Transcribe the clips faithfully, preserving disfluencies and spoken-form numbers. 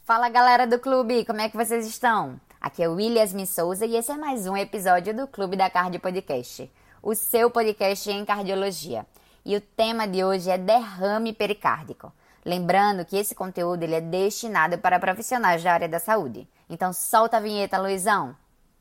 Fala galera do clube, como é que vocês estão? Aqui é o Williasmin Souza e esse é mais um episódio do Clube da Cardio Podcast, o seu podcast em cardiologia. E o tema de hoje é derrame pericárdico. Lembrando que esse conteúdo ele é destinado para profissionais da área da saúde. Então solta a vinheta, Luizão!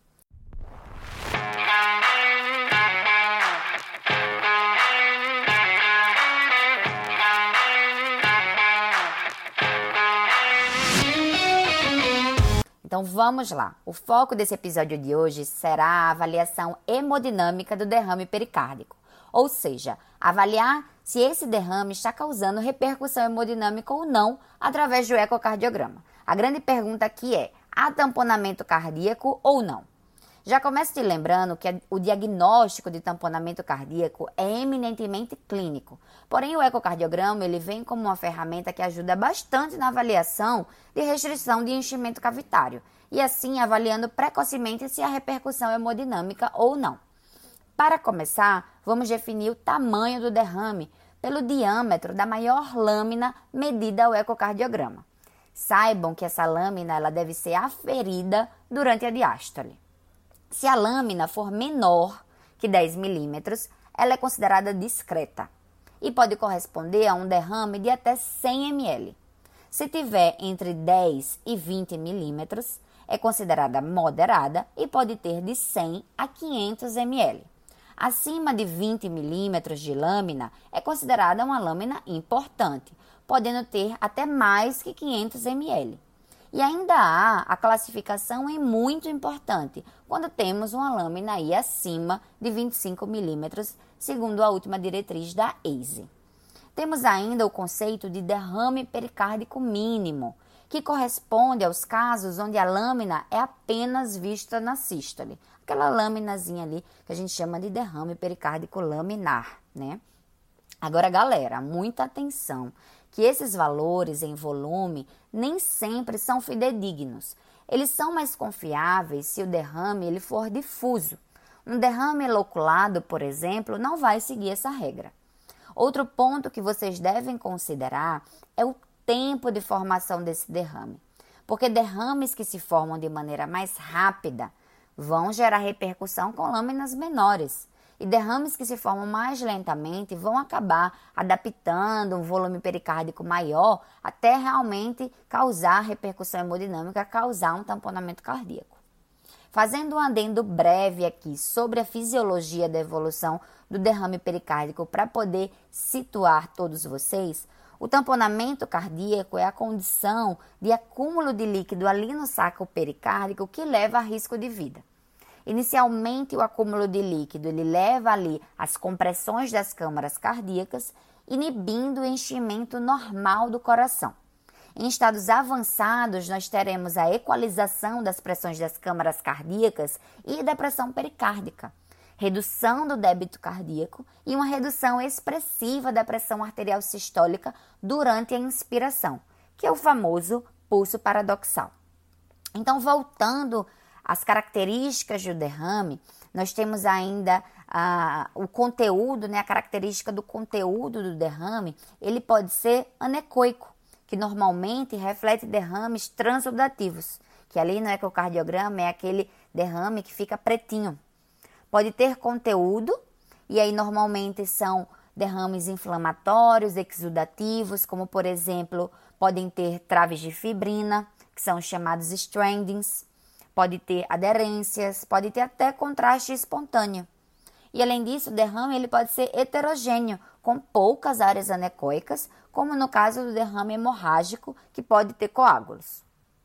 Então vamos lá, o foco desse episódio de hoje será a avaliação hemodinâmica do derrame pericárdico, ou seja, avaliar se esse derrame está causando repercussão hemodinâmica ou não através do ecocardiograma. A grande pergunta aqui é, há tamponamento cardíaco ou não? Já começo te lembrando que o diagnóstico de tamponamento cardíaco é eminentemente clínico, porém o ecocardiograma ele vem como uma ferramenta que ajuda bastante na avaliação de restrição de enchimento cavitário e assim avaliando precocemente se há repercussão hemodinâmica ou não. Para começar, vamos definir o tamanho do derrame pelo diâmetro da maior lâmina medida ao ecocardiograma. Saibam que essa lâmina ela deve ser aferida durante a diástole. Se a lâmina for menor que dez milímetros, ela é considerada discreta e pode corresponder a um derrame de até cem mililitros. Se tiver entre dez e vinte milímetros, é considerada moderada e pode ter de cem a quinhentos mililitros. Acima de vinte milímetros de lâmina, é considerada uma lâmina importante, podendo ter até mais que quinhentos mililitros. E ainda há a classificação em muito importante, quando temos uma lâmina aí acima de vinte e cinco milímetros, segundo a última diretriz da A C E. Temos ainda o conceito de derrame pericárdico mínimo, que corresponde aos casos onde a lâmina é apenas vista na sístole. Aquela lâminazinha ali que a gente chama de derrame pericárdico laminar, né? Agora, galera, muita atenção, que esses valores em volume nem sempre são fidedignos. Eles são mais confiáveis se o derrame ele for difuso. Um derrame loculado, por exemplo, não vai seguir essa regra. Outro ponto que vocês devem considerar é o tempo de formação desse derrame, porque derrames que se formam de maneira mais rápida vão gerar repercussão com lâminas menores. E derrames que se formam mais lentamente vão acabar adaptando um volume pericárdico maior até realmente causar repercussão hemodinâmica, causar um tamponamento cardíaco. Fazendo um adendo breve aqui sobre a fisiologia da evolução do derrame pericárdico para poder situar todos vocês, o tamponamento cardíaco é a condição de acúmulo de líquido ali no saco pericárdico que leva a risco de vida. Inicialmente, o acúmulo de líquido ele leva ali as compressões das câmaras cardíacas, inibindo o enchimento normal do coração. Em estados avançados, nós teremos a equalização das pressões das câmaras cardíacas e da pressão pericárdica, redução do débito cardíaco e uma redução expressiva da pressão arterial sistólica durante a inspiração, que é o famoso pulso paradoxal. Então, voltando as características do derrame, nós temos ainda ah, o conteúdo, né, a característica do conteúdo do derrame, ele pode ser anecoico, que normalmente reflete derrames transudativos, que ali no ecocardiograma é aquele derrame que fica pretinho. Pode ter conteúdo, e aí normalmente são derrames inflamatórios, exudativos, como por exemplo, podem ter traves de fibrina, que são chamados strandings, pode ter aderências, pode ter até contraste espontâneo. E além disso, o derrame ele pode ser heterogêneo, com poucas áreas anecoicas, como no caso do derrame hemorrágico, que pode ter coágulos.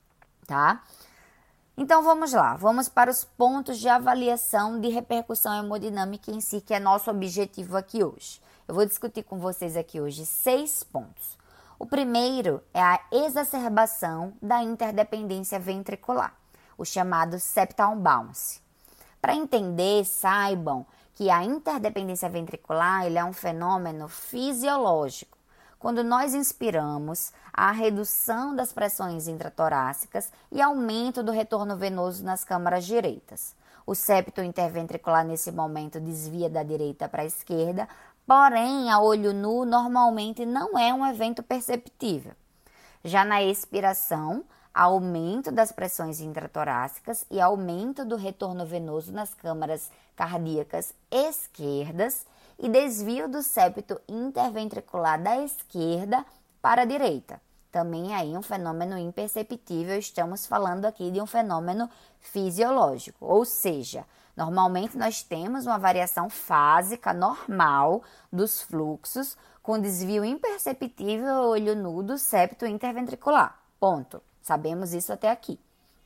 Tá? Então vamos lá, vamos para os pontos de avaliação de repercussão hemodinâmica em si, que é nosso objetivo aqui hoje. Eu vou discutir com vocês aqui hoje seis pontos. O primeiro é a exacerbação da interdependência ventricular, o chamado septal bounce. Para entender, saibam que a interdependência ventricular ele é um fenômeno fisiológico. Quando nós inspiramos, há redução das pressões intratorácicas e aumento do retorno venoso nas câmaras direitas. O septo interventricular nesse momento desvia da direita para a esquerda, porém, a olho nu, normalmente não é um evento perceptível. Já na expiração, aumento das pressões intratorácicas e aumento do retorno venoso nas câmaras cardíacas esquerdas e desvio do septo interventricular da esquerda para a direita. Também aí um fenômeno imperceptível, estamos falando aqui de um fenômeno fisiológico, ou seja, normalmente nós temos uma variação fásica normal dos fluxos com desvio imperceptível a olho nu do septo interventricular. Ponto. Sabemos isso até aqui.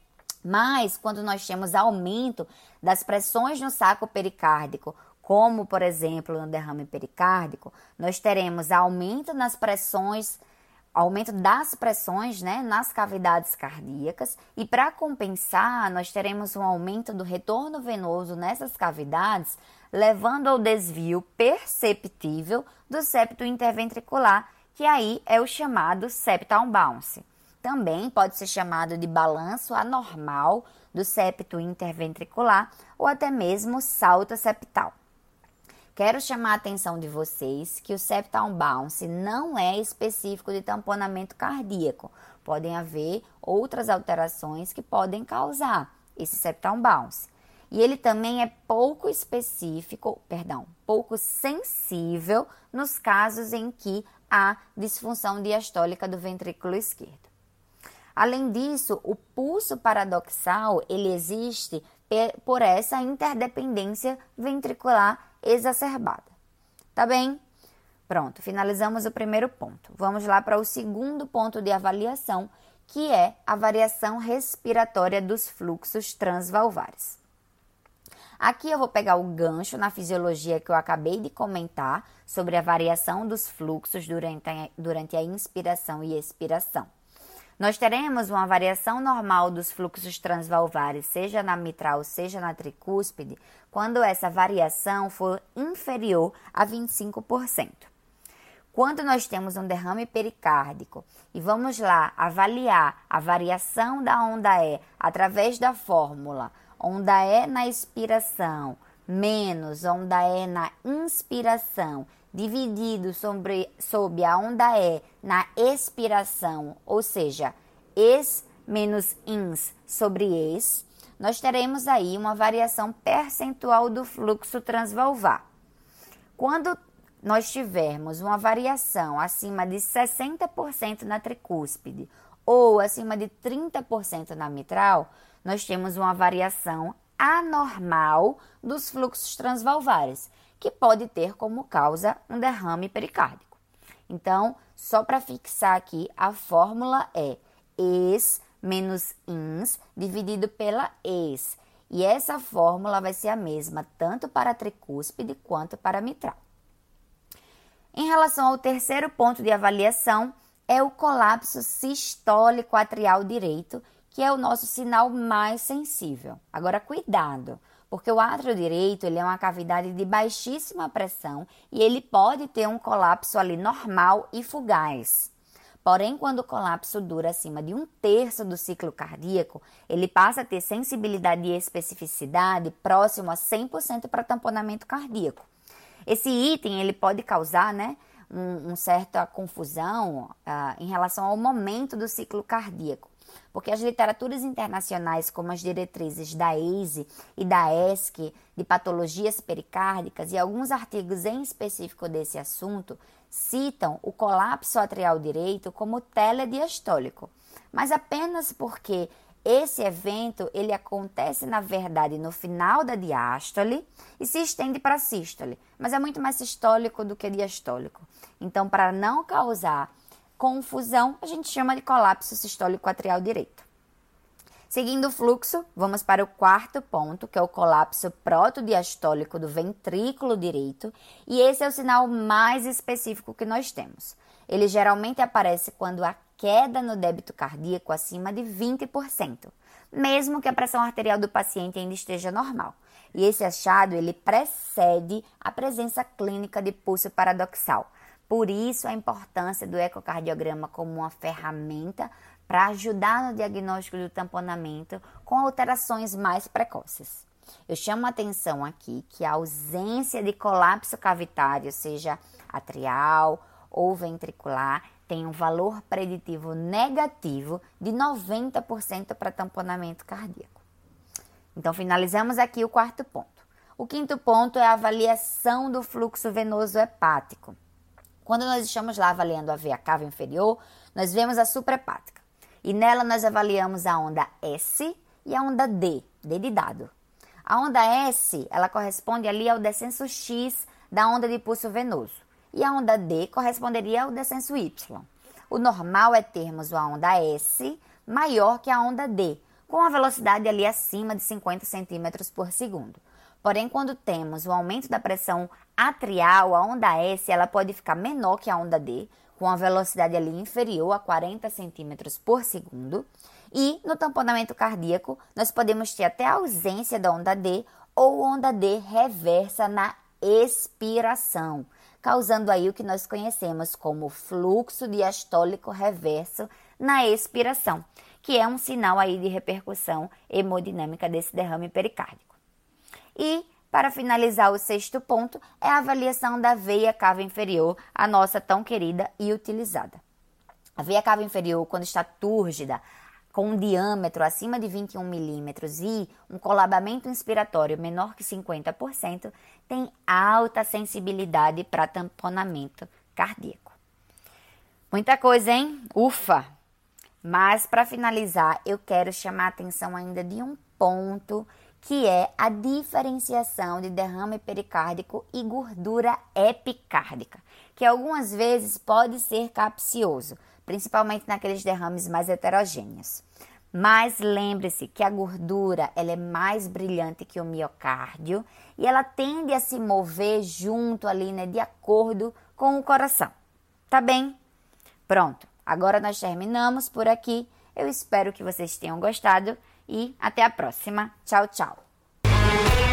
Mas quando nós temos aumento das pressões no saco pericárdico, como por exemplo no derrame pericárdico, nós teremos aumento nas pressões aumento das pressões, né, nas cavidades cardíacas e para compensar nós teremos um aumento do retorno venoso nessas cavidades, levando ao desvio perceptível do septo interventricular, que aí é o chamado septal bounce. Também pode ser chamado de balanço anormal do septo interventricular ou até mesmo salto septal. Quero chamar a atenção de vocês que o septal bounce não é específico de tamponamento cardíaco. Podem haver outras alterações que podem causar esse septal bounce. E ele também é pouco específico, perdão, pouco sensível nos casos em que há disfunção diastólica do ventrículo esquerdo. Além disso, o pulso paradoxal ele existe por essa interdependência ventricular exacerbada. Tá bem? Pronto, finalizamos o primeiro ponto. Vamos lá para o segundo ponto de avaliação, que é a variação respiratória dos fluxos transvalvares. Aqui eu vou pegar o gancho na fisiologia que eu acabei de comentar sobre a variação dos fluxos durante a, durante a inspiração e expiração. Nós teremos uma variação normal dos fluxos transvalvares, seja na mitral, seja na tricúspide, quando essa variação for inferior a vinte e cinco por cento. Quando nós temos um derrame pericárdico e vamos lá avaliar a variação da onda E através da fórmula onda E na expiração menos onda E na inspiração, dividido sobre, sobre a onda E na expiração, ou seja, ex menos ins sobre ex, nós teremos aí uma variação percentual do fluxo transvalvar. Quando nós tivermos uma variação acima de sessenta por cento na tricúspide ou acima de trinta por cento na mitral, nós temos uma variação anormal dos fluxos transvalvares, que pode ter como causa um derrame pericárdico. Então, só para fixar aqui, a fórmula é ex menos ins dividido pela ex. E essa fórmula vai ser a mesma tanto para a tricúspide quanto para a mitral. Em relação ao terceiro ponto de avaliação, é o colapso sistólico atrial direito, que é o nosso sinal mais sensível. Agora, cuidado, porque o átrio direito ele é uma cavidade de baixíssima pressão e ele pode ter um colapso ali normal e fugaz. Porém, quando o colapso dura acima de um terço do ciclo cardíaco, ele passa a ter sensibilidade e especificidade próximo a cem por cento para tamponamento cardíaco. Esse item ele pode causar, né, um, um certa confusão uh, em relação ao momento do ciclo cardíaco. Porque as literaturas internacionais, como as diretrizes da E I S E e da E S C, de patologias pericárdicas e alguns artigos em específico desse assunto, citam o colapso atrial direito como telediastólico, mas apenas porque esse evento ele acontece, na verdade, no final da diástole e se estende para a sístole, mas é muito mais sistólico do que diastólico. Então, para não causar confusão, a gente chama de colapso sistólico atrial direito. Seguindo o fluxo, vamos para o quarto ponto, que é o colapso protodiastólico do ventrículo direito, e esse é o sinal mais específico que nós temos. Ele geralmente aparece quando há queda no débito cardíaco acima de vinte por cento, mesmo que a pressão arterial do paciente ainda esteja normal. E esse achado, ele precede a presença clínica de pulso paradoxal. Por isso, a importância do ecocardiograma como uma ferramenta para ajudar no diagnóstico do tamponamento com alterações mais precoces. Eu chamo a atenção aqui que a ausência de colapso cavitário, seja atrial ou ventricular, tem um valor preditivo negativo de noventa por cento para tamponamento cardíaco. Então, finalizamos aqui o quarto ponto. O quinto ponto é a avaliação do fluxo venoso hepático. Quando nós estamos lá avaliando a veia cava inferior, nós vemos a suprahepática. E nela nós avaliamos a onda S e a onda D, D de dado. A onda S, ela corresponde ali ao descenso X da onda de pulso venoso. E a onda D corresponderia ao descenso Y. O normal é termos a onda S maior que a onda D, com a velocidade ali acima de cinquenta centímetros por segundo. Porém, quando temos o aumento da pressão atrial, a onda S ela pode ficar menor que a onda D, com a velocidade ali inferior a quarenta centímetros por segundo. E no tamponamento cardíaco, nós podemos ter até a ausência da onda D ou onda D reversa na expiração, causando aí o que nós conhecemos como fluxo diastólico reverso na expiração, que é um sinal aí de repercussão hemodinâmica desse derrame pericárdico. E, para finalizar o sexto ponto, é a avaliação da veia cava inferior, a nossa tão querida e utilizada. A veia cava inferior, quando está túrgida, com um diâmetro acima de vinte e um milímetros e um colabamento inspiratório menor que cinquenta por cento, tem alta sensibilidade para tamponamento cardíaco. Muita coisa, hein? Ufa! Mas, para finalizar, eu quero chamar a atenção ainda de um ponto, que é a diferenciação de derrame pericárdico e gordura epicárdica, que algumas vezes pode ser capcioso, principalmente naqueles derrames mais heterogêneos. Mas lembre-se que a gordura ela é mais brilhante que o miocárdio e ela tende a se mover junto ali, né, de acordo com o coração. Tá bem? Pronto, agora nós terminamos por aqui. Eu espero que vocês tenham gostado e até a próxima. Tchau, tchau.